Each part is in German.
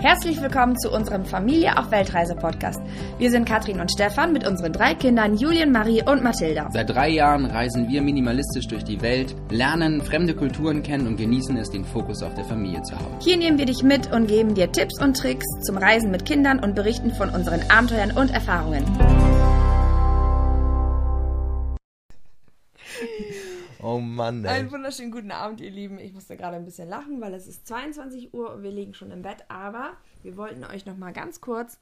Herzlich willkommen zu unserem Familie auf Weltreise Podcast. Wir sind Katrin und Stefan mit unseren 3 Kindern Julien, Marie und Mathilda. Seit 3 Jahren reisen wir minimalistisch durch die Welt, lernen fremde Kulturen kennen und genießen es, den Fokus auf der Familie zu haben. Hier nehmen wir dich mit und geben dir Tipps und Tricks zum Reisen mit Kindern und berichten von unseren Abenteuern und Erfahrungen. Oh Mann, ey. Einen wunderschönen guten Abend, ihr Lieben. Ich musste gerade ein bisschen lachen, weil es ist 22 Uhr und wir liegen schon im Bett. Aber wir wollten euch noch mal ganz kurz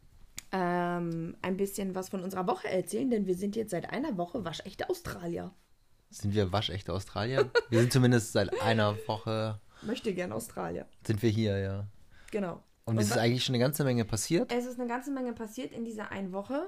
ein bisschen was von unserer Woche erzählen, denn wir sind jetzt seit einer Woche waschechte Australier. Sind wir waschechte Australier? Wir sind zumindest seit einer Woche... Möchte gern Australier. Sind wir hier, ja. Genau. Und es ist eigentlich schon eine ganze Menge passiert? Es ist eine ganze Menge passiert in dieser einen Woche.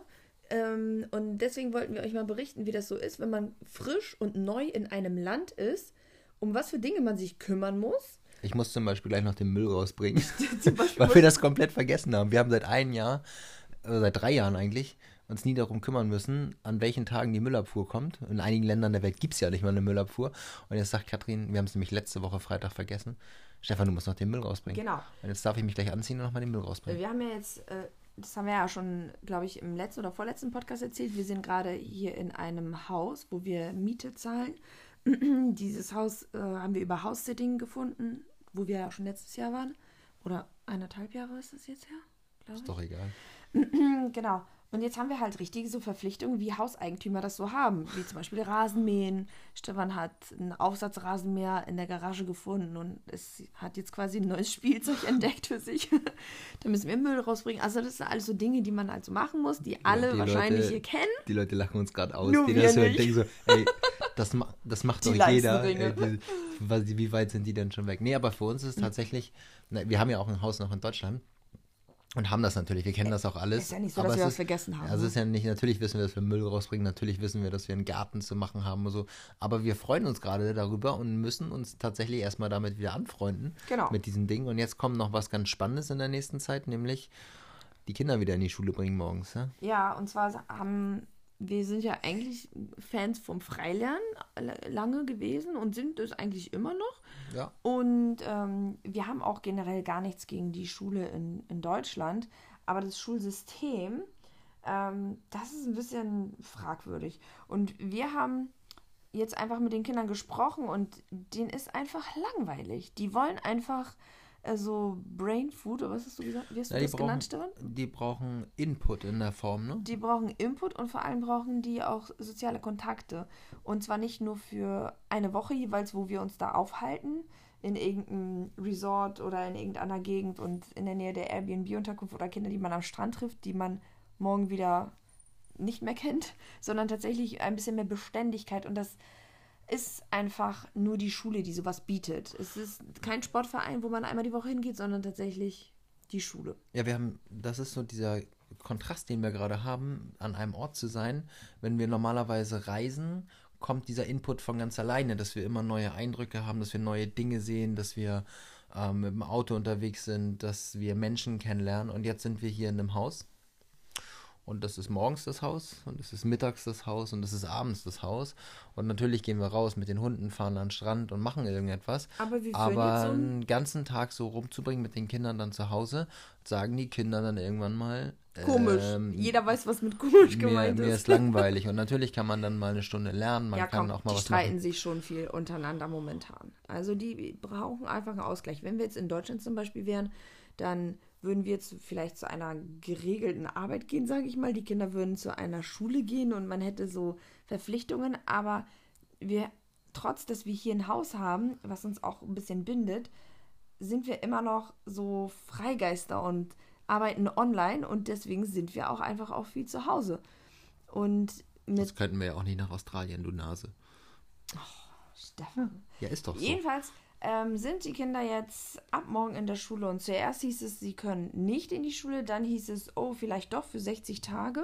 Und deswegen wollten wir euch mal berichten, wie das so ist, wenn man frisch und neu in einem Land ist, um was für Dinge man sich kümmern muss. Ich muss zum Beispiel gleich noch den Müll rausbringen, weil wir das komplett vergessen haben. Wir haben seit 1 Jahr, seit 3 Jahren eigentlich, uns nie darum kümmern müssen, an welchen Tagen die Müllabfuhr kommt. In einigen Ländern der Welt gibt es ja nicht mal eine Müllabfuhr. Und jetzt sagt Katrin, wir haben es nämlich letzte Woche Freitag vergessen. Stefan, du musst noch den Müll rausbringen. Genau. Und jetzt darf ich mich gleich anziehen und nochmal den Müll rausbringen. Wir haben ja jetzt... Das haben wir ja schon, glaube ich, im letzten oder vorletzten Podcast erzählt. Wir sind gerade hier in einem Haus, wo wir Miete zahlen. Dieses Haus haben wir über House-Sitting gefunden, wo wir ja schon letztes Jahr waren. Oder 1,5 Jahre ist das jetzt her, glaube ich. Ist doch egal. Genau. Und jetzt haben wir halt richtige so Verpflichtungen, wie Hauseigentümer das so haben. Wie zum Beispiel Rasenmähen. Stefan hat einen Aufsatzrasenmäher in der Garage gefunden und es hat jetzt quasi ein neues Spielzeug entdeckt für sich. Da müssen wir Müll rausbringen. Also das sind alles so Dinge, die man halt so machen muss, die alle die wahrscheinlich Leute, hier kennen. Die Leute lachen uns gerade aus. Nur Die wir das nicht. denken so, ey, das macht Die doch jeder. Leistringe. Wie weit sind die denn schon weg? Nee, aber für uns ist es tatsächlich, wir haben ja auch ein Haus noch in Deutschland. Und haben das natürlich, wir kennen das auch alles. Ist ja nicht so, aber dass wir was vergessen haben. Also es ist ja nicht, natürlich wissen wir, dass wir Müll rausbringen, natürlich wissen wir, dass wir einen Garten zu machen haben und so. Aber wir freuen uns gerade darüber und müssen uns tatsächlich erstmal damit wieder anfreunden. Genau. Mit diesem Ding. Und jetzt kommt noch was ganz Spannendes in der nächsten Zeit, nämlich die Kinder wieder in die Schule bringen morgens. Ja, Ja, und zwar wir sind ja eigentlich Fans vom Freilernen lange gewesen und sind es eigentlich immer noch. Ja. Und wir haben auch generell gar nichts gegen die Schule in Deutschland. Aber das Schulsystem, das ist ein bisschen fragwürdig. Und wir haben jetzt einfach mit den Kindern gesprochen und denen ist einfach langweilig. Die wollen einfach so Brain Food, oder was hast du gesagt? Wie hast du das genannt, Stefan? Die brauchen Input in der Form, ne? Die brauchen Input und vor allem brauchen die auch soziale Kontakte. Und zwar nicht nur für eine Woche jeweils, wo wir uns da aufhalten, in irgendeinem Resort oder in irgendeiner Gegend und in der Nähe der Airbnb-Unterkunft oder Kinder, die man am Strand trifft, die man morgen wieder nicht mehr kennt, sondern tatsächlich ein bisschen mehr Beständigkeit. Und das ist einfach nur die Schule, die sowas bietet. Es ist kein Sportverein, wo man einmal die Woche hingeht, sondern tatsächlich die Schule. Ja, das ist so dieser Kontrast, den wir gerade haben, an einem Ort zu sein. Wenn wir normalerweise reisen, kommt dieser Input von ganz alleine, dass wir immer neue Eindrücke haben, dass wir neue Dinge sehen, dass wir mit dem Auto unterwegs sind, dass wir Menschen kennenlernen. Und jetzt sind wir hier in einem Haus. Und das ist morgens das Haus und es ist mittags das Haus und es ist abends das Haus. Und natürlich gehen wir raus mit den Hunden, fahren an den Strand und machen irgendetwas. Aber wir Aber einen ganzen Tag so rumzubringen mit den Kindern dann zu Hause, sagen die Kinder dann irgendwann mal... Komisch. Jeder weiß, was mit komisch gemeint mir ist langweilig. Und natürlich kann man dann mal eine Stunde lernen. Man kann auch mal was machen. Die streiten sich schon viel untereinander momentan. Also die brauchen einfach einen Ausgleich. Wenn wir jetzt in Deutschland zum Beispiel wären, dann würden wir jetzt vielleicht zu einer geregelten Arbeit gehen, sage ich mal. Die Kinder würden zu einer Schule gehen und man hätte so Verpflichtungen. Aber trotz, dass wir hier ein Haus haben, was uns auch ein bisschen bindet, sind wir immer noch so Freigeister und arbeiten online und deswegen sind wir auch einfach auch viel zu Hause. Und das könnten wir ja auch nicht nach Australien, du Nase. Stefan. Ja, ist doch so. Jedenfalls sind die Kinder jetzt ab morgen in der Schule und zuerst hieß es, sie können nicht in die Schule, dann hieß es, oh, vielleicht doch für 60 Tage.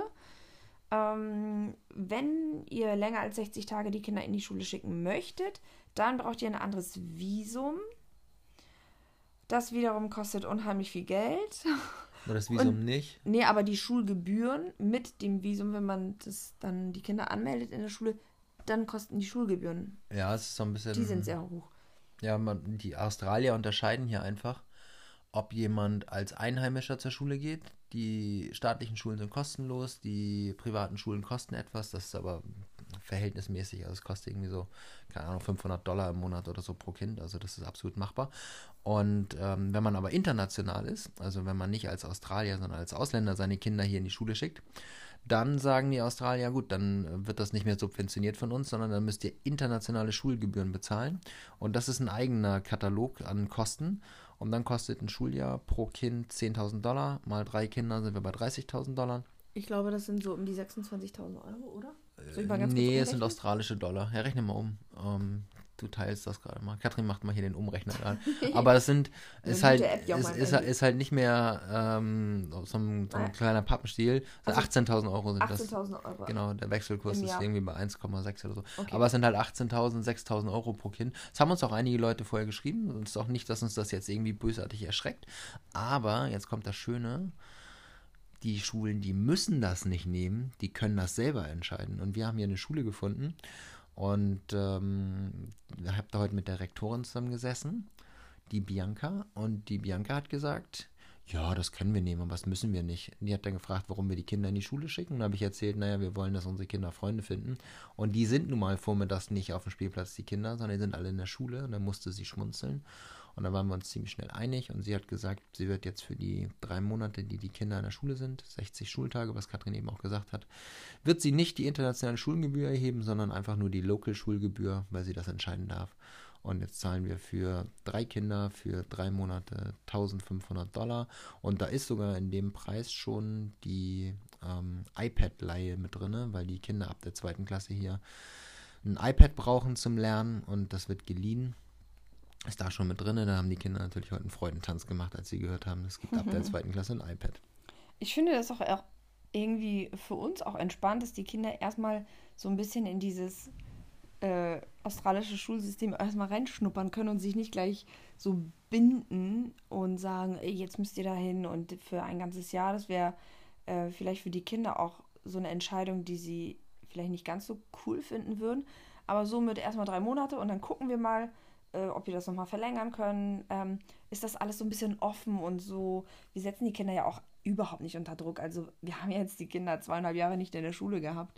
Wenn ihr länger als 60 Tage die Kinder in die Schule schicken möchtet, dann braucht ihr ein anderes Visum. Das wiederum kostet unheimlich viel Geld. Oder das Visum nicht? Nee, aber die Schulgebühren mit dem Visum, wenn man das dann die Kinder anmeldet in der Schule, dann kosten die Schulgebühren. Ja, es ist so ein bisschen... Die sind sehr hoch. Ja, die Australier unterscheiden hier einfach. ob jemand als Einheimischer zur Schule geht. Die staatlichen Schulen sind kostenlos, die privaten Schulen kosten etwas, das ist aber verhältnismäßig, also es kostet irgendwie so, keine Ahnung, $500 im Monat oder so pro Kind, also das ist absolut machbar. Und wenn man aber international ist, also wenn man nicht als Australier, sondern als Ausländer seine Kinder hier in die Schule schickt, dann sagen die Australier, gut, dann wird das nicht mehr subventioniert von uns, sondern dann müsst ihr internationale Schulgebühren bezahlen. Und das ist ein eigener Katalog an Kosten. Und dann kostet ein Schuljahr pro Kind $10.000. Mal 3 Kinder sind wir bei $30.000. Ich glaube, das sind so um die 26.000 Euro, oder? Soll ich mal ganz kurz Nee, es umrechnen? sind australische Dollar. Ja, rechne mal um. Du teilst das gerade mal. Katrin macht mal hier den Umrechner gerade. Aber das sind, ist Eine halt, gute App, ja, mein Handy. ist halt nicht mehr so ein kleiner Pappenstiel. Also 18.000 Euro sind das. 18.000 Euro. Genau, der Wechselkurs Im ist Jahr. irgendwie bei 1,6 oder so. Okay. Aber es sind halt 18.000, 6.000 Euro pro Kind. Das haben uns auch einige Leute vorher geschrieben. Und es ist auch nicht, dass uns das jetzt irgendwie bösartig erschreckt. Aber, jetzt kommt das Schöne, die Schulen, die müssen das nicht nehmen, die können das selber entscheiden. Und wir haben hier eine Schule gefunden und ich habe da heute mit der Rektorin zusammengesessen, die Bianca. Und die Bianca hat gesagt, ja, das können wir nehmen, aber das müssen wir nicht. Die hat dann gefragt, warum wir die Kinder in die Schule schicken. Und da habe ich erzählt, naja, wir wollen, dass unsere Kinder Freunde finden. Und die sind nun mal vormittags nicht auf dem Spielplatz, die Kinder, sondern die sind alle in der Schule. Und dann musste sie schmunzeln. Und da waren wir uns ziemlich schnell einig. Und sie hat gesagt, sie wird jetzt für die 3 Monate, die die Kinder in der Schule sind, 60 Schultage, was Katrin eben auch gesagt hat, wird sie nicht die internationale Schulgebühr erheben, sondern einfach nur die Local-Schulgebühr, weil sie das entscheiden darf. Und jetzt zahlen wir für 3 Kinder für 3 Monate $1.500. Und da ist sogar in dem Preis schon die iPad-Leihe mit drin, weil die Kinder ab der 2. Klasse hier ein iPad brauchen zum Lernen und das wird geliehen. Ist da schon mit drin. Da haben die Kinder natürlich heute einen Freudentanz gemacht, als sie gehört haben, es gibt ab der 2. Klasse ein iPad. Ich finde das auch irgendwie für uns auch entspannt, dass die Kinder erstmal so ein bisschen in dieses australische Schulsystem erstmal reinschnuppern können und sich nicht gleich so binden und sagen, ey, jetzt müsst ihr da hin und für ein ganzes Jahr. Das wäre vielleicht für die Kinder auch so eine Entscheidung, die sie vielleicht nicht ganz so cool finden würden. Aber somit erstmal 3 Monate und dann gucken wir mal, ob wir das nochmal verlängern können. Ist das alles so ein bisschen offen und so. Wir setzen die Kinder ja auch überhaupt nicht unter Druck. Also wir haben jetzt die Kinder 2,5 Jahre nicht in der Schule gehabt.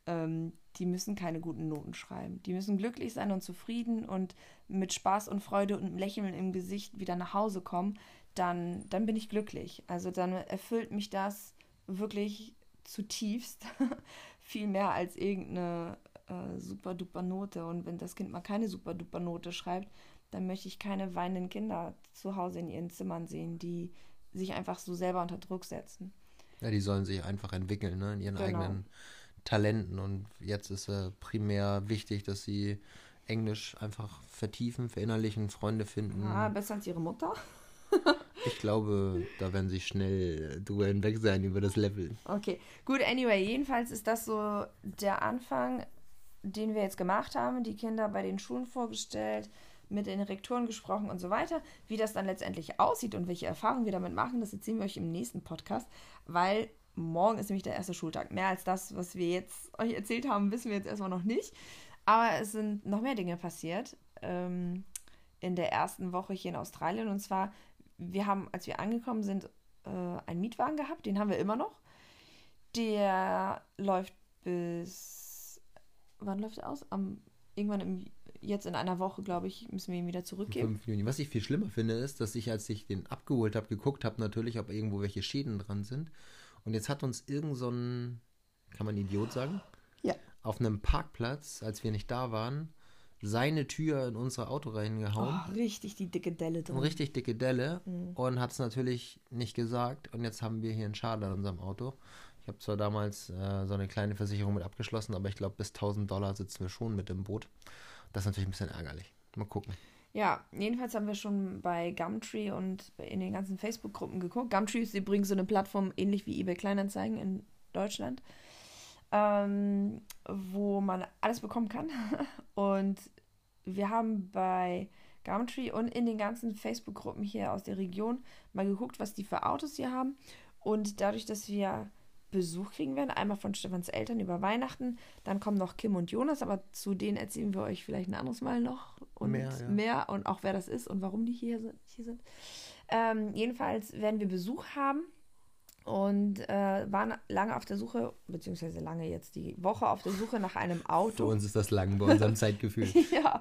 Die müssen keine guten Noten schreiben. Die müssen glücklich sein und zufrieden und mit Spaß und Freude und einem Lächeln im Gesicht wieder nach Hause kommen. Dann bin ich glücklich. Also dann erfüllt mich das wirklich zutiefst. Viel mehr als irgendeine super-duper Note. Und wenn das Kind mal keine super-duper Note schreibt, dann möchte ich keine weinenden Kinder zu Hause in ihren Zimmern sehen, die sich einfach so selber unter Druck setzen. Ja, die sollen sich einfach entwickeln, ne, in ihren eigenen Talenten. Und jetzt ist primär wichtig, dass sie Englisch einfach vertiefen, verinnerlichen, Freunde finden. Ah, besser als ihre Mutter? Ich glaube, da werden sie schnell drüber hinweg sein über das Level. Okay, gut, anyway, jedenfalls ist das so der Anfang, den wir jetzt gemacht haben, die Kinder bei den Schulen vorgestellt, mit den Rektoren gesprochen und so weiter. Wie das dann letztendlich aussieht und welche Erfahrungen wir damit machen, das erzählen wir euch im nächsten Podcast, weil morgen ist nämlich der erste Schultag. Mehr als das, was wir jetzt euch erzählt haben, wissen wir jetzt erstmal noch nicht. Aber es sind noch mehr Dinge passiert in der ersten Woche hier in Australien. Und zwar, wir haben, als wir angekommen sind, einen Mietwagen gehabt. Den haben wir immer noch. Der läuft bis... Wann läuft er aus? Jetzt in einer Woche, glaube ich, müssen wir ihn wieder zurückgeben. 5 Juni. Was ich viel schlimmer finde, ist, dass ich, als ich den abgeholt habe, geguckt habe natürlich, ob irgendwo welche Schäden dran sind. Und jetzt hat uns irgend so ein, kann man Idiot sagen? Ja. Auf einem Parkplatz, als wir nicht da waren, seine Tür in unser Auto reingehauen. Oh, richtig die dicke Delle drin. Eine richtig dicke Delle. Und hat es natürlich nicht gesagt. Und jetzt haben wir hier einen Schaden an unserem Auto. Ich habe zwar damals so eine kleine Versicherung mit abgeschlossen, aber ich glaube, bis $1.000 sitzen wir schon mit im Boot. Das ist natürlich ein bisschen ärgerlich. Mal gucken. Ja, jedenfalls haben wir schon bei Gumtree und in den ganzen Facebook-Gruppen geguckt. Gumtree ist übrigens so eine Plattform, ähnlich wie eBay Kleinanzeigen in Deutschland, wo man alles bekommen kann. Und wir haben bei Gumtree und in den ganzen Facebook-Gruppen hier aus der Region mal geguckt, was die für Autos hier haben. Und dadurch, dass wir Besuch kriegen werden, einmal von Stefans Eltern über Weihnachten, dann kommen noch Kim und Jonas, aber zu denen erzählen wir euch vielleicht ein anderes Mal noch und mehr und auch wer das ist und warum die hier sind. Jedenfalls werden wir Besuch haben und waren lange auf der Suche, beziehungsweise lange jetzt die Woche auf der Suche nach einem Für Auto. uns ist das lang bei unserem Zeitgefühl. Ja,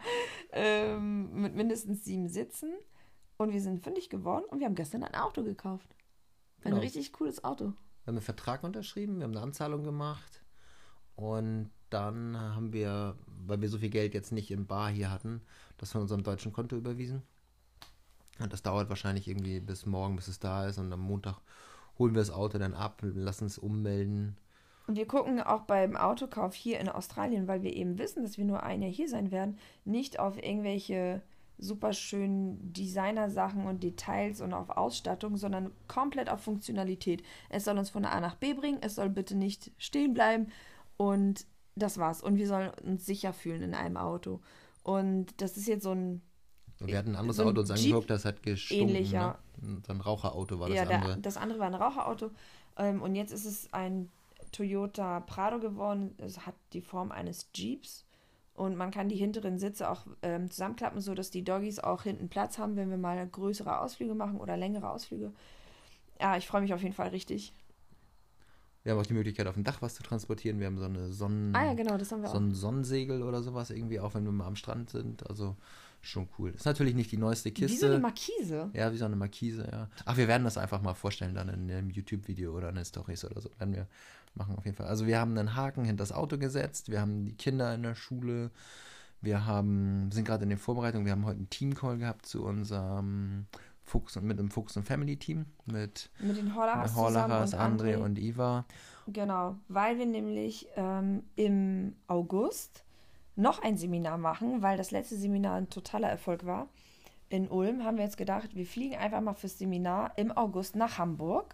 mit mindestens 7 Sitzen. Und wir sind fündig geworden und wir haben gestern ein Auto gekauft. Ein Genau. richtig cooles Auto. Wir haben einen Vertrag unterschrieben, wir haben eine Anzahlung gemacht und dann haben wir, weil wir so viel Geld jetzt nicht in bar hier hatten, das von unserem deutschen Konto überwiesen. Und das dauert wahrscheinlich irgendwie bis morgen, bis es da ist, und am Montag holen wir das Auto dann ab, lassen es ummelden. Und wir gucken auch beim Autokauf hier in Australien, weil wir eben wissen, dass wir nur ein Jahr hier sein werden, nicht auf irgendwelche super schönen Designer-Sachen und Details und auf Ausstattung, sondern komplett auf Funktionalität. Es soll uns von A nach B bringen, es soll bitte nicht stehen bleiben und das war's. Und wir sollen uns sicher fühlen in einem Auto. Und das ist jetzt so ein Und wir hatten ein anderes so ein Auto uns Jeep angeguckt, das hat gestunken. ähnlich, ja. Ne? So ein Raucherauto war das Ja, andere. das andere war ein Raucherauto. Und jetzt ist es ein Toyota Prado geworden. Es hat die Form eines Jeeps. Und man kann die hinteren Sitze auch zusammenklappen, sodass die Doggies auch hinten Platz haben, wenn wir mal größere Ausflüge machen oder längere Ausflüge. Ja, ich freue mich auf jeden Fall richtig. Wir haben auch die Möglichkeit, auf dem Dach was zu transportieren. Wir haben so eine Ah ja, genau, das haben wir so auch. ein Sonnensegel oder sowas irgendwie, auch wenn wir mal am Strand sind. Also schon cool. Ist natürlich nicht die neueste Kiste. Wie so eine Markise. Ja, wie so eine Markise, ja. Ach, wir werden das einfach mal vorstellen dann in einem YouTube-Video oder in den Storys oder so. Werden wir machen auf jeden Fall. Also wir haben einen Haken hinter das Auto gesetzt. Wir haben die Kinder in der Schule. Sind gerade in den Vorbereitungen. Wir haben heute einen Team-Call gehabt zu unserem mit dem Fuchs und Family Team. Mit den Horlachers Horlachers, zusammen und André und Iva. Genau, weil wir nämlich im August noch ein Seminar machen, weil das letzte Seminar ein totaler Erfolg war. In Ulm haben wir jetzt gedacht, wir fliegen einfach mal fürs Seminar im August nach Hamburg.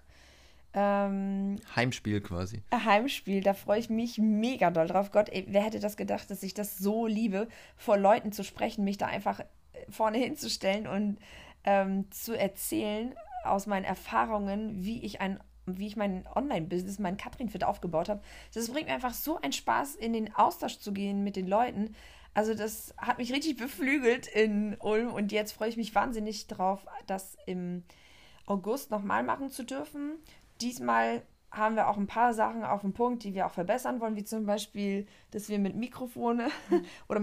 Heimspiel quasi. Heimspiel, da freue ich mich mega doll drauf. Gott, ey, wer hätte das gedacht, dass ich das so liebe, vor Leuten zu sprechen, mich da einfach vorne hinzustellen und zu erzählen aus meinen Erfahrungen, wie ich mein Online-Business, mein Katrin-Fit aufgebaut habe. Das bringt mir einfach so einen Spaß, in den Austausch zu gehen mit den Leuten. Also das hat mich richtig beflügelt in Ulm und jetzt freue ich mich wahnsinnig drauf, das im August nochmal machen zu dürfen. Diesmal haben wir auch ein paar Sachen auf dem Punkt, die wir auch verbessern wollen, wie zum Beispiel, dass wir mit Mikrofone oder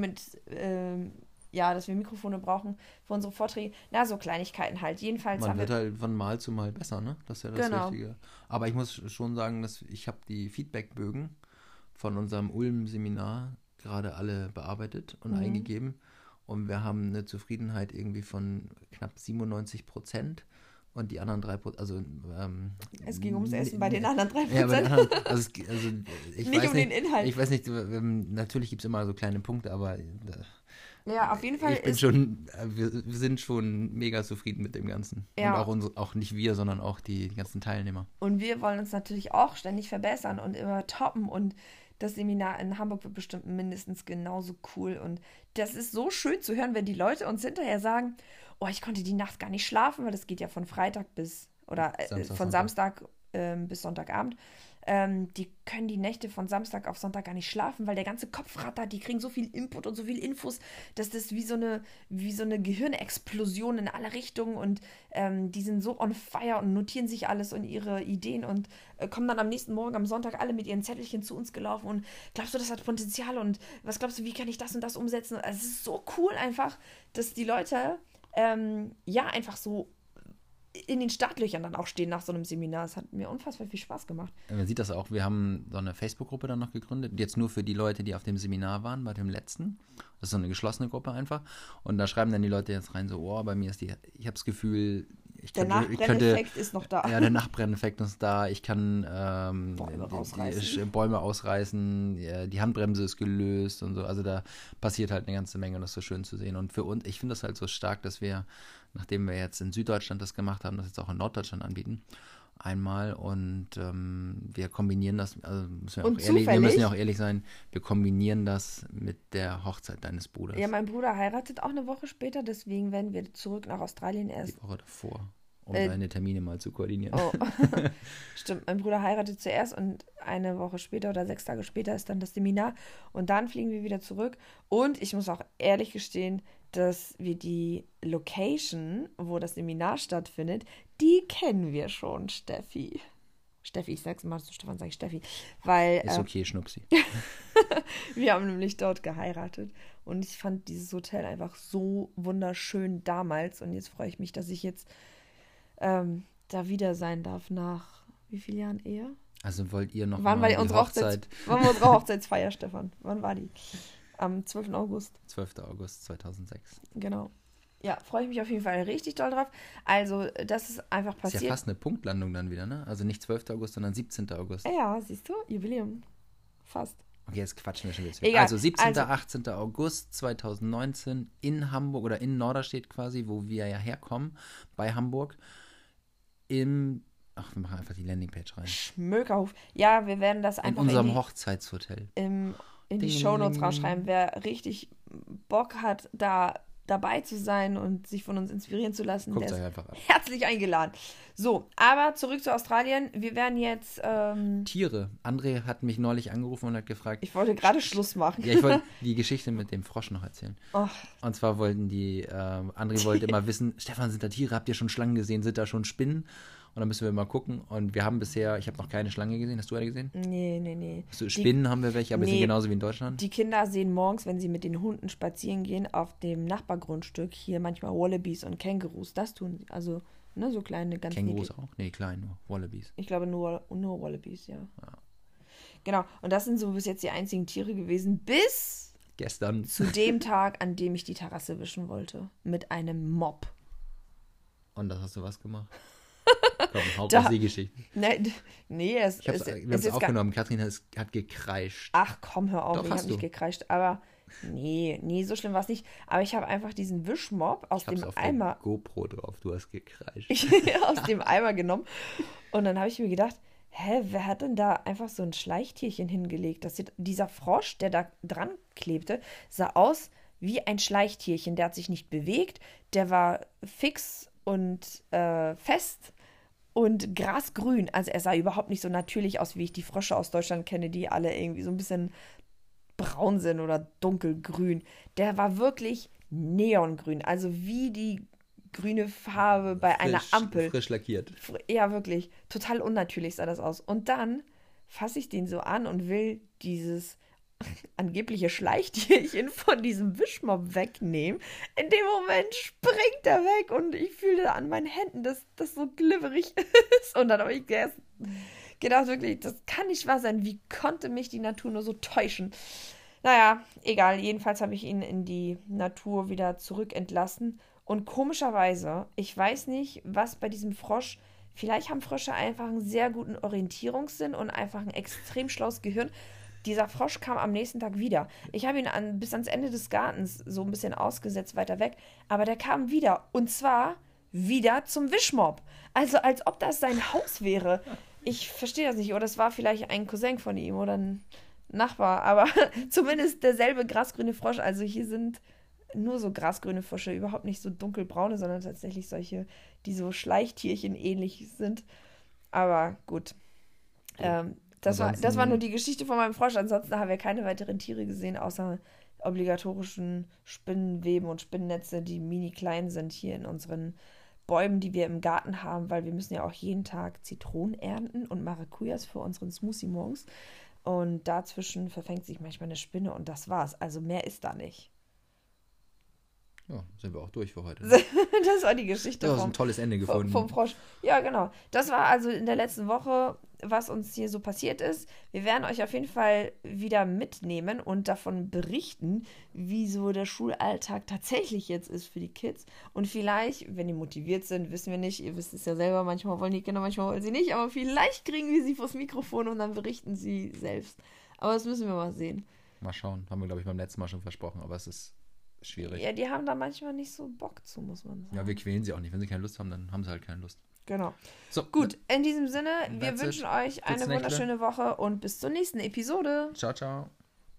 dass wir Mikrofone brauchen für unsere Vorträge. Na, so Kleinigkeiten halt. Jedenfalls Man wird halt von Mal zu Mal besser, ne? Das ist ja das Genau. Wichtige. Aber ich muss schon sagen, dass ich habe die Feedbackbögen von unserem Ulm-Seminar gerade alle bearbeitet und eingegeben. Und wir haben eine Zufriedenheit irgendwie von knapp 97%. Und die anderen 3%, also es ging ums Essen bei den anderen 3%. ja, bei den anderen, ich Nicht weiß um den Inhalt. Ich weiß nicht, natürlich gibt es immer so kleine Punkte, aber Ja, auf jeden Fall wir sind schon mega zufrieden mit dem Ganzen. Ja. Und auch nicht wir, sondern auch die ganzen Teilnehmer. Und wir wollen uns natürlich auch ständig verbessern und immer toppen. Und das Seminar in Hamburg wird bestimmt mindestens genauso cool. Und das ist so schön zu hören, wenn die Leute uns hinterher sagen, oh, ich konnte die Nacht gar nicht schlafen, weil das geht ja von Freitag bis, oder von Samstag bis Sonntagabend. Die können die Nächte von Samstag auf Sonntag gar nicht schlafen, weil der ganze Kopf rattert, die kriegen so viel Input und so viel Infos, dass das wie so eine Gehirnexplosion in alle Richtungen und die sind so on fire und notieren sich alles und ihre Ideen und kommen dann am nächsten Morgen, am Sonntag, alle mit ihren Zettelchen zu uns gelaufen und glaubst du, das hat Potenzial und was glaubst du, wie kann ich das und das umsetzen? Also es ist so cool einfach, dass die Leute einfach so in den Startlöchern dann auch stehen nach so einem Seminar. Es hat mir unfassbar viel Spaß gemacht. Man sieht das auch, wir haben so eine Facebook-Gruppe dann noch gegründet, jetzt nur für die Leute, die auf dem Seminar waren, bei dem letzten. Das ist so eine geschlossene Gruppe einfach. Und da schreiben dann die Leute jetzt rein so, oh, bei mir ist ich habe das Gefühl, der Nachbrenneffekt ist noch da. Ja, der Nachbrenneffekt ist da. Ich kann Bäume ausreißen, die Handbremse ist gelöst und so. Also da passiert halt eine ganze Menge und das ist so schön zu sehen. Und für uns, ich finde das halt so stark, dass wir, nachdem wir jetzt in Süddeutschland das gemacht haben, das jetzt auch in Norddeutschland anbieten. Einmal und wir kombinieren das, also wir müssen ja auch ehrlich sein, wir kombinieren das mit der Hochzeit deines Bruders. Ja, mein Bruder heiratet auch eine Woche später, deswegen werden wir zurück nach Australien erst. Die Woche davor, um seine Termine mal zu koordinieren. Oh. Stimmt, mein Bruder heiratet zuerst und eine Woche später oder 6 Tage später ist dann das Seminar und dann fliegen wir wieder zurück und ich muss auch ehrlich gestehen, dass wir die Location, wo das Seminar stattfindet, die kennen wir schon, Steffi. Steffi, ich sag's mal zu Stefan, sage ich Steffi. Weil Ist okay, Schnupsi. wir haben nämlich dort geheiratet. Und ich fand dieses Hotel einfach so wunderschön damals. Und jetzt freue ich mich, dass ich jetzt da wieder sein darf nach wie vielen Jahren Ehe? Also wollt ihr noch Wann mal war die unsere Hochzeit? Wann war unsere Hochzeitsfeier, Stefan? Wann war die? Am 12. August. 12. August 2006. Genau. Ja, freue ich mich auf jeden Fall richtig doll drauf. Also, das ist einfach Ist passiert. ja fast eine Punktlandung dann wieder, ne? Also nicht 12. August, sondern 17. August. Ja, siehst du? Jubiläum. Fast. Okay, jetzt quatschen wir schon wieder. Egal. Also 17. 18. August 2019 in Hamburg oder in Norderstedt quasi, wo wir ja herkommen, bei Hamburg. Wir machen einfach die Landingpage rein. Schmökerhof. Ja, wir werden das In einfach unserem Hochzeitshotel. in die Ding, Shownotes ding. rausschreiben. Wer richtig Bock hat, da dabei zu sein und sich von uns inspirieren zu lassen, Guckt der euch ist einfach an. herzlich eingeladen. So, aber zurück zu Australien. Wir werden jetzt, Tiere. André hat mich neulich angerufen und hat gefragt, ich wollte gerade Schluss machen. ja, ich wollte die Geschichte mit dem Frosch noch erzählen. Oh, Und zwar wollten André wollte immer wissen, Stefan, sind da Tiere? Habt ihr schon Schlangen gesehen? Sind da schon Spinnen? Und dann müssen wir mal gucken. Und wir haben bisher, ich habe noch keine Schlange gesehen. Hast du eine gesehen? nee. So, Spinnen haben wir welche, aber die sind Nee. genauso wie in Deutschland. Die Kinder sehen morgens, wenn sie mit den Hunden spazieren gehen, auf dem Nachbargrundstück hier manchmal Wallabies und Kängurus. Das tun sie. Also, ne, so kleine, ganz Kängurus niedliche. auch? Nee, klein, nur Wallabies. Ich glaube nur Wallabies, ja. Genau. Und das sind so bis jetzt die einzigen Tiere gewesen, bis Gestern. zu dem Tag, an dem ich die Terrasse wischen wollte. Mit einem Mob. Und das hast du was gemacht? Komm, hau Da- raus die Geschichte. Nee, Wir haben es aufgenommen. Katrin hat gekreischt. Ach komm, hör auf, Doch, ich hast habe nicht du. gekreischt. Aber nee, so schlimm war es nicht. Aber ich habe einfach diesen Wischmob aus Ich hab's dem auf Eimer der GoPro drauf. Du hast gekreischt. aus dem Eimer genommen. Und dann habe ich mir gedacht, wer hat denn da einfach so ein Schleichtierchen hingelegt? Dieser Frosch, der da dran klebte, sah aus wie ein Schleichtierchen. Der hat sich nicht bewegt, der war fix und fest und grasgrün. Also er sah überhaupt nicht so natürlich aus, wie ich die Frösche aus Deutschland kenne, die alle irgendwie so ein bisschen braun sind oder dunkelgrün. Der war wirklich neongrün, also wie die grüne Farbe bei einer Ampel. Frisch lackiert. Ja, wirklich. Total unnatürlich sah das aus. Und dann fasse ich den so an und will dieses angebliche Schleichtierchen von diesem Wischmob wegnehmen. In dem Moment springt er weg und ich fühle an meinen Händen, dass das so glibberig ist. Und dann habe ich gedacht, wirklich, das kann nicht wahr sein. Wie konnte mich die Natur nur so täuschen? Naja, egal. Jedenfalls habe ich ihn in die Natur wieder zurückentlassen. Und komischerweise, ich weiß nicht, was bei diesem Frosch, vielleicht haben Frösche einfach einen sehr guten Orientierungssinn und einfach ein extrem schlaues Gehirn. Dieser Frosch kam am nächsten Tag wieder. Ich habe ihn bis ans Ende des Gartens so ein bisschen ausgesetzt, weiter weg. Aber der kam wieder. Und zwar wieder zum Wischmob. Also als ob das sein Haus wäre. Ich verstehe das nicht. Oder es war vielleicht ein Cousin von ihm oder ein Nachbar. Aber zumindest derselbe grasgrüne Frosch. Also hier sind nur so grasgrüne Frösche, überhaupt nicht so dunkelbraune, sondern tatsächlich solche, die so Schleichtierchen ähnlich sind. Aber gut. Das war nur die Geschichte von meinem Frosch. Ansonsten haben wir keine weiteren Tiere gesehen, außer obligatorischen Spinnenweben und Spinnennetze, die mini klein sind hier in unseren Bäumen, die wir im Garten haben, weil wir müssen ja auch jeden Tag Zitronen ernten und Maracujas für unseren Smoothie morgens. Und dazwischen verfängt sich manchmal eine Spinne und das war's. Also mehr ist da nicht. Ja, sind wir auch durch für heute. Das war die Geschichte Du hast ein tolles Ende gefunden. vom Frosch. Ja, genau. Das war also in der letzten Woche, was uns hier so passiert ist. Wir werden euch auf jeden Fall wieder mitnehmen und davon berichten, wie so der Schulalltag tatsächlich jetzt ist für die Kids. Und vielleicht, wenn die motiviert sind, wissen wir nicht, ihr wisst es ja selber, manchmal wollen die Kinder, manchmal wollen sie nicht, aber vielleicht kriegen wir sie vors Mikrofon und dann berichten sie selbst. Aber das müssen wir mal sehen. Mal schauen. Haben wir, glaube ich, beim letzten Mal schon versprochen, aber es ist schwierig. Ja, die haben da manchmal nicht so Bock zu, muss man sagen. Ja, wir quälen sie auch nicht. Wenn sie keine Lust haben, dann haben sie halt keine Lust. Genau. So, Gut, in diesem Sinne, wir That's wünschen it. euch eine Bis nächste. wunderschöne Woche und bis zur nächsten Episode. Ciao, ciao.